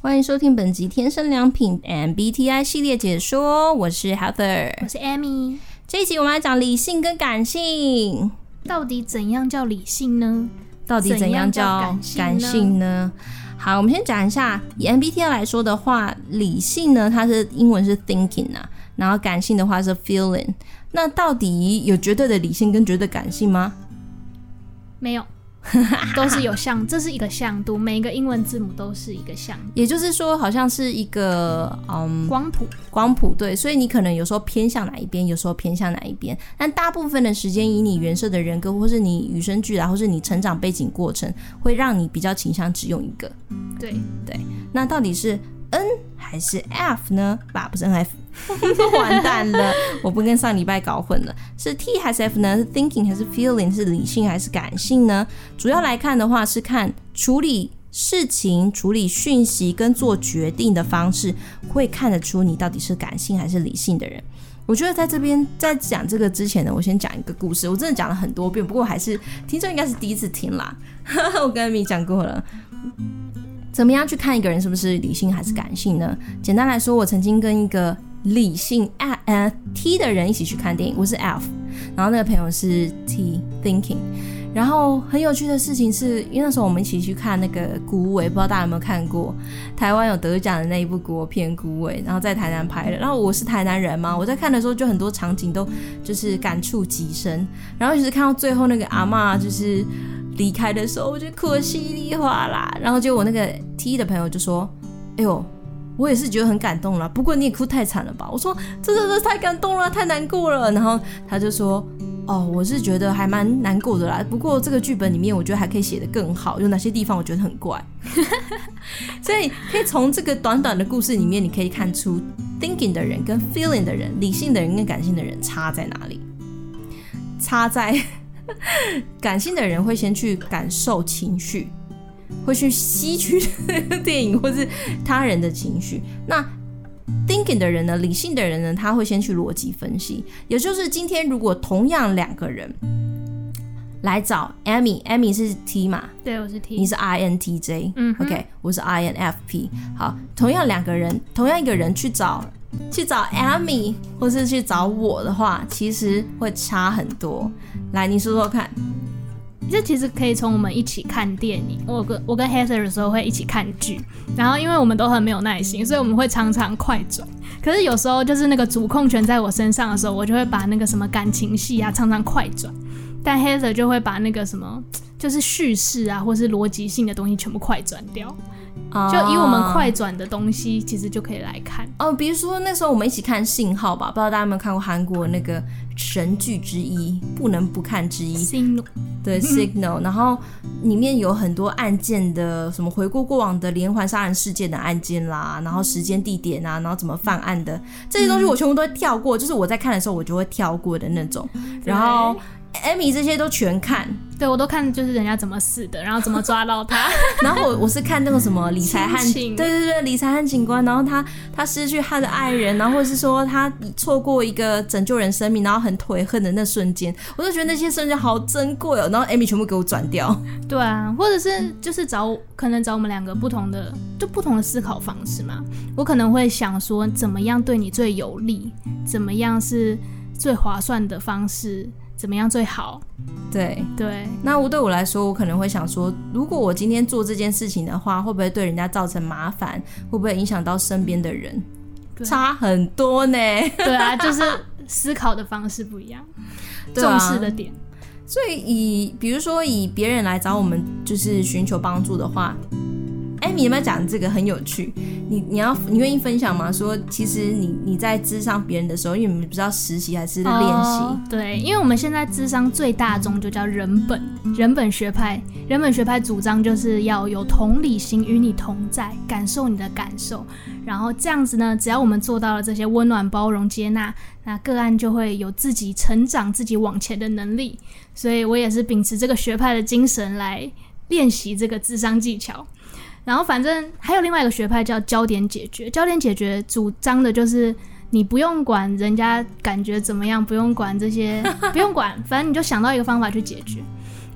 欢迎收听本集天生良品 MBTI 系列解说，我是 Heather， 我是 Amy。 这一集我们来讲理性跟感性， 到底怎样叫理性呢？ 到底怎样叫感性呢？好，我们先讲一下，以 MBTI 来说的话，理性呢，它是英文是 thinking 啊，然后感性的话是 feeling。那到底有绝对的理性跟绝对感性吗？ 没有。都是有向，这是一个向度，每一个英文字母都是一个向度， 也就是说好像是一个光谱， 对，所以你可能有时候偏向哪一边，有时候偏向哪一边，但大部分的时间以你原生的人格或是你与生俱来或是你成长背景过程会让你比较倾向只用一个。 对， 那到底是 N 还是 F 呢？不是 NF 完蛋了，我不跟上礼拜搞混了，是 T 还是 F 呢？是 thinking 还是 feeling？ 是理性还是感性呢？主要来看的话是看处理事情、处理讯息跟做决定的方式，会看得出你到底是感性还是理性的人。我觉得在这边在讲这个之前呢，我先讲一个故事，我真的讲了很多遍，不过还是听众应该是第一次听啦我跟Amy讲过了。怎么样去看一个人是不是理性还是感性呢？简单来说，我曾经跟一个理性T 的人一起去看电影，我是 F， 然后那个朋友是 T thinking。然后很有趣的事情是，因为那时候我们一起去看那个孤味，不知道大家有没有看过台湾有得奖的那一部国片孤味，然后在台南拍的。然后我是台南人嘛，我在看的时候就很多场景都就是感触极深。然后就是看到最后那个阿嬷就是离开的时候，我就哭得稀里哗啦。然后就我那个 T 的朋友就说：“哎呦，我也是觉得很感动了，不过你也哭太惨了吧？”我说：“这真的太感动了，太难过了。”然后他就说：“哦，我是觉得还蛮难过的啦，不过这个剧本里面我觉得还可以写得更好，有哪些地方我觉得很怪。”所以可以从这个短短的故事里面，你可以看出 thinking 的人跟 feeling 的人，理性的人跟感性的人差在哪里。差在感性的人会先去感受情绪，会去吸取电影或是他人的情绪。那 thinking 的人呢，理性的人呢，他会先去逻辑分析。也就是今天如果同样两个人来找 Amy 是 T 嘛？ 对，我是 T， 你是 INTJ，OK，我是 INFP。好，同样一个人去找 Amy 或是去找我的话，其实会差很多。来，你说说看。 这其实可以从我们一起看电影，我跟 Heather 的时候会一起看剧，然后因为我们都很没有耐心，所以我们会常常快转。可是有时候就是那个主控权在我身上的时候，我就会把那个什么感情戏啊常常快转，但 Heather 就会把那个什么就是叙事啊或是逻辑性的东西全部快转掉。就以我们快转的东西其实就可以来看比如说那时候我们一起看信号吧，不知道大家有没有看过韩国那个神剧之一，不能不看之一 Signal， 对 Signal， 然后里面有很多案件的什么回顾过往的连环杀人事件的案件啦，然后时间地点啊，然后怎么犯案的这些东西我全部都会跳过，就是我在看的时候我就会跳过的那种。然后Amy 这些都全看， 对，我都看就是人家怎么死的，然后怎么抓到他然后我是看那个什么理财和对理财和警官，然后他失去他的爱人，然后或者是说他错过一个拯救人生命然后很悔恨的那瞬间，我就觉得那些瞬间好珍贵哦，然后 Amy 全部给我转掉。 对啊，或者是就是可能找我们两个不同的思考方式嘛。我可能会想说怎么样对你最有利，怎么样是最划算的方式，怎么样最好。 对， 那对我来说，我可能会想说，如果我今天做这件事情的话，会不会对人家造成麻烦，会不会影响到身边的人，差很多呢。 对啊，就是思考的方式不一样重视的点。 所以比如说以别人来找我们就是寻求帮助的话，Amy 有没有讲这个很有趣？你愿意分享吗？说其实你在諮商别人的时候，因为你们不知道实习还是练习。 对，因为我们现在諮商最大宗就叫人本学派。人本学派主张就是要有同理心，与你同在，感受你的感受。然后这样子呢，只要我们做到了这些温暖、包容、接纳，那个案就会有自己成长、自己往前的能力。所以我也是秉持这个学派的精神来练习这个諮商技巧。然后反正还有另外一个学派叫焦点解决，焦点解决主张的就是你不用管人家感觉怎么样，不用管这些不用管，反正你就想到一个方法去解决。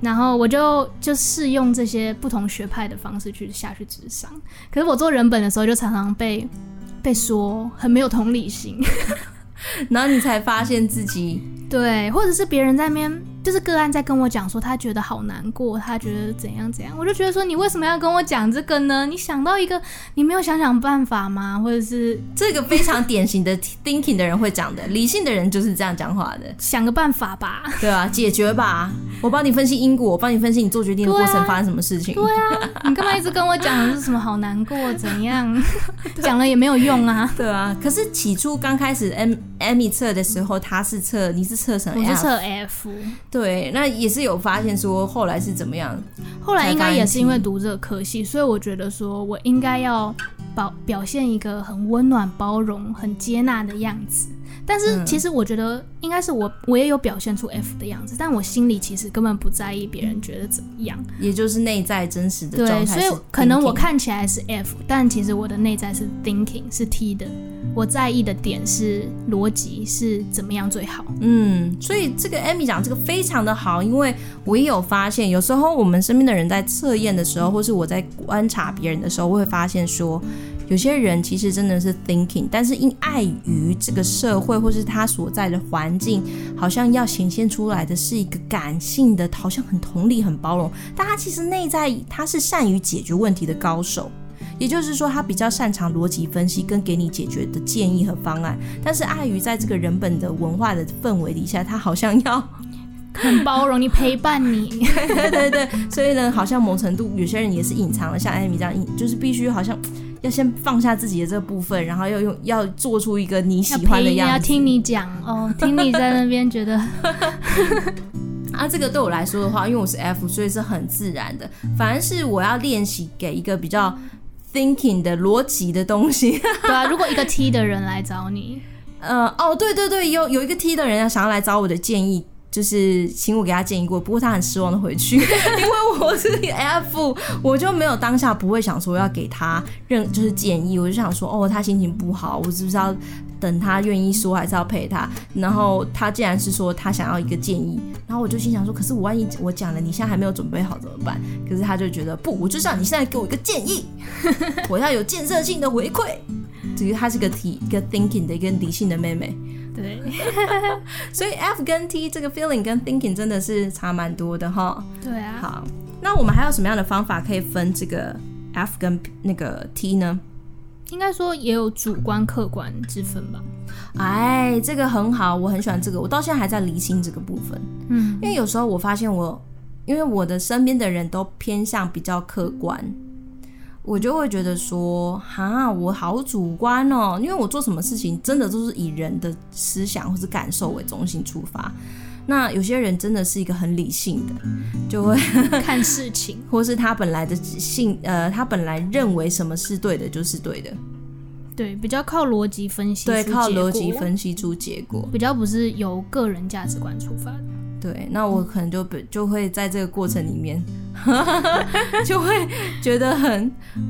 然后我就试用这些不同学派的方式下去咨商。可是我做人本的时候，就常常被说很没有同理心， 然后你才发现自己对，或者是别人在那边，就是个案在跟我讲说他觉得好难过，他觉得怎样怎样，我就觉得说你为什么要跟我讲这个呢？你想到一个，你没有想办法吗？或者是这个非常典型的 thinking 的人会讲的，理性的人就是这样讲话的， 想个办法吧， 对啊，解决吧，我帮你分析因果，我帮你分析你做决定的过程发生什么事情。 对啊，你干嘛一直跟我讲是什么好难过怎样？讲了也没有用啊。 对啊，可是起初刚开始 Amy 测的时候，你是测成 F， 我是测 F。 对，那也是有发现说后来是怎么样？ 后来应该也是因为读这个科系，所以我觉得说我应该要表现一个很温暖、包容、很接纳的样子。但是其实我觉得应该是我也有表现出 F 的样子，但我心里其实根本不在意别人觉得怎么样， 也就是内在真实的状态。 对，所以可能我看起来是 F， 但其实我的内在是 thinking， 是 T 的。我在意的点是逻辑，是怎么样最好。 所以这个 Amy 讲这个非常的好，因为我也有发现，有时候我们身边的人在测验的时候，或是我在观察别人的时候，我会发现说，有些人其实真的是 thinking， 但是因碍于这个社会或是他所在的环境，好像要显现出来的是一个感性的，好像很同理、很包容，但他其实内在他是善于解决问题的高手。也就是说他比较擅长逻辑分析跟给你解决的建议和方案，但是碍于在这个人本的文化的氛围底下，他好像要很包容你，陪伴你。 对，所以呢好像某程度有些人也是隐藏了，像 Amy 这样就是必须好像要先放下自己的这个部分，然后要做出一个你喜欢的样子， 要听你讲哦，听你在那边觉得这个对我来说的话，因为我是 F， 所以是很自然的，反而是我要练习给一个比较thinking 的逻辑的东西。 对啊，如果一个 T 的人来找你， 对，有一个 T 的人想要来找我的建议，就是请我给他建议过，不过他很失望的回去，因为我是 F， 我就没有当下不会想说要给他就是建议，我就想说他心情不好，我是不是要等他愿意说，还是要陪他？然后他既然是说他想要一个建议，然后我就心想说，可是万一我讲了，你现在还没有准备好怎么办？可是他就觉得不，我就是要你现在给我一个建议，我要有建设性的回馈。其实他是一个 thinking 的一个理性的妹妹。 对， 所以 F 跟 T 这个 feeling 跟 thinking 真的是差蛮多的哈。 对啊。 好，那我们还有什么样的方法可以分这个 F 跟那个 T 呢？ 应该说也有主观客观之分吧。 这个很好，我很喜欢这个，我到现在还在厘清这个部分。因为有时候我发现因为我的身边的人都偏向比较客观，我就会觉得说我好主观哦，因为我做什么事情真的都是以人的思想或是感受为中心出发。那有些人真的是一个很理性的，就会看事情， 或是他本来的他本来认为什么是对的就是对的， 对，比较靠逻辑分析出结果， 对，靠逻辑分析出结果， 比较不是由个人价值观出发的。 对，那我可能就会在这个过程里面就会觉得很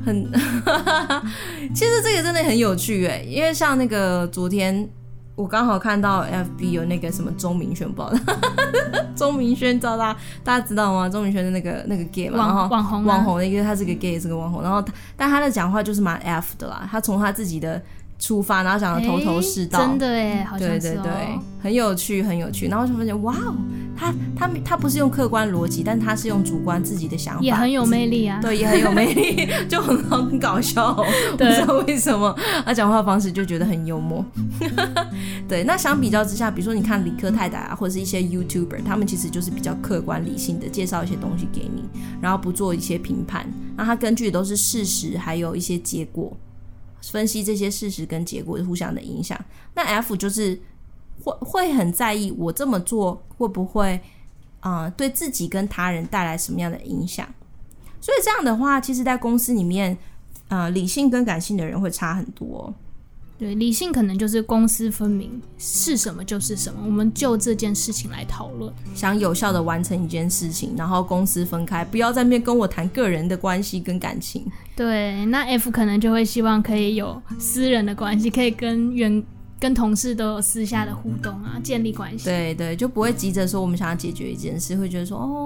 其实这个真的很有趣耶，因为像那个昨天我刚好看到 FB 有那个什么钟明轩，不知道钟明轩知道大家知道吗？钟明轩的那个 gay 嘛，网红的一个，他是个 gay 也是个网红，然后但他的讲话就是蛮 F 的啦，他从他自己的出发，然后讲的头头是道， 真的耶，好像是对，很有趣，然后就发现哇哦，他不是用客观逻辑，但他是用主观自己的想法， 也很有魅力啊， 对，也很有魅力，就很搞笑，不知道为什么他讲话方式就觉得很幽默。对，那相比较之下，比如说你看理科太太啊，或者是一些 YouTuber， 他们其实就是比较客观理性的介绍一些东西给你，然后不做一些评判，那他根据的都是事实，还有一些结果。分析这些事实跟结果互相的影响。那 F 就是会很在意我这么做会不会对自己跟他人带来什么样的影响。所以这样的话，其实在公司里面理性跟感性的人会差很多。 对，理性可能就是公私分明，是什么就是什么，我们就这件事情来讨论， 想有效的完成一件事情，然后公私分开，不要在那边跟我谈个人的关系跟感情。 对，那 F 可能就会希望可以有私人的关系，可以跟同事都有私下的互动啊，建立关系。 对，就不会急着说我们想要解决一件事，会觉得说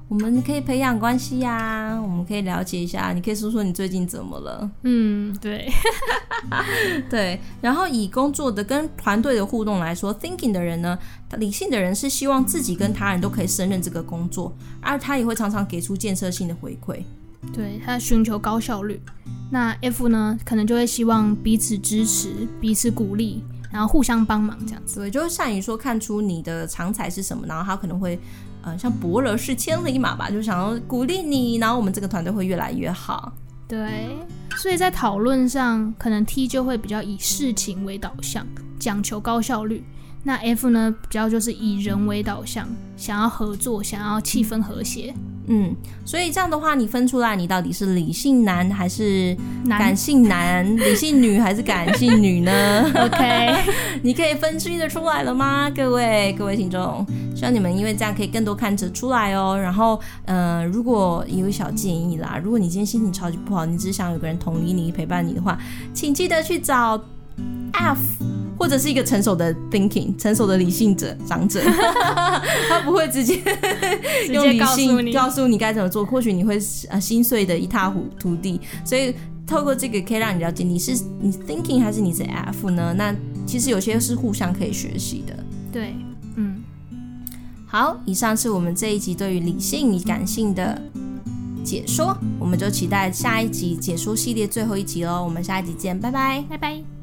我们可以培养关系呀，我们可以了解一下，你可以说说你最近怎么了。 对对，然后以工作的跟团队的互动来说， thinking 的人呢，理性的人是希望自己跟他人都可以胜任这个工作，而他也会常常给出建设性的回馈。 对，他寻求高效率。那 F 呢，可能就会希望彼此支持，彼此鼓励，然后互相帮忙这样子。 对，就像你说看出你的长才是什么，然后他可能会像伯乐是千里马吧，就想要鼓励你，然后我们这个团队会越来越好。 对，所以在讨论上，可能 T 就会比较以事情为导向，讲求高效率。那 F 呢，比较就是以人为导向，想要合作，想要气氛和谐。 所以这样的话，你分出来你到底是理性男还是感性男，理性女还是感性女呢 ？OK， 你可以分析得出来了吗？各位听众，希望你们因为这样可以更多看得出来哦。然后如果有一小建议啦，如果你今天心情超级不好，你只想有个人同理你陪伴你的话，请记得去找 F， 或者是一个成熟的 thinking， 成熟的理性长者他不会直接用理性告诉你该怎么做，或许你会心碎的一塌涂地。所以透过这个可以让你了解你 thinking 还是你是 F 呢？那其实有些是互相可以学习的。 对， 好，以上是我们这一集对于理性与感性的解说，我们就期待下一集解说系列最后一集咯。我们下一集见，拜拜， 拜拜。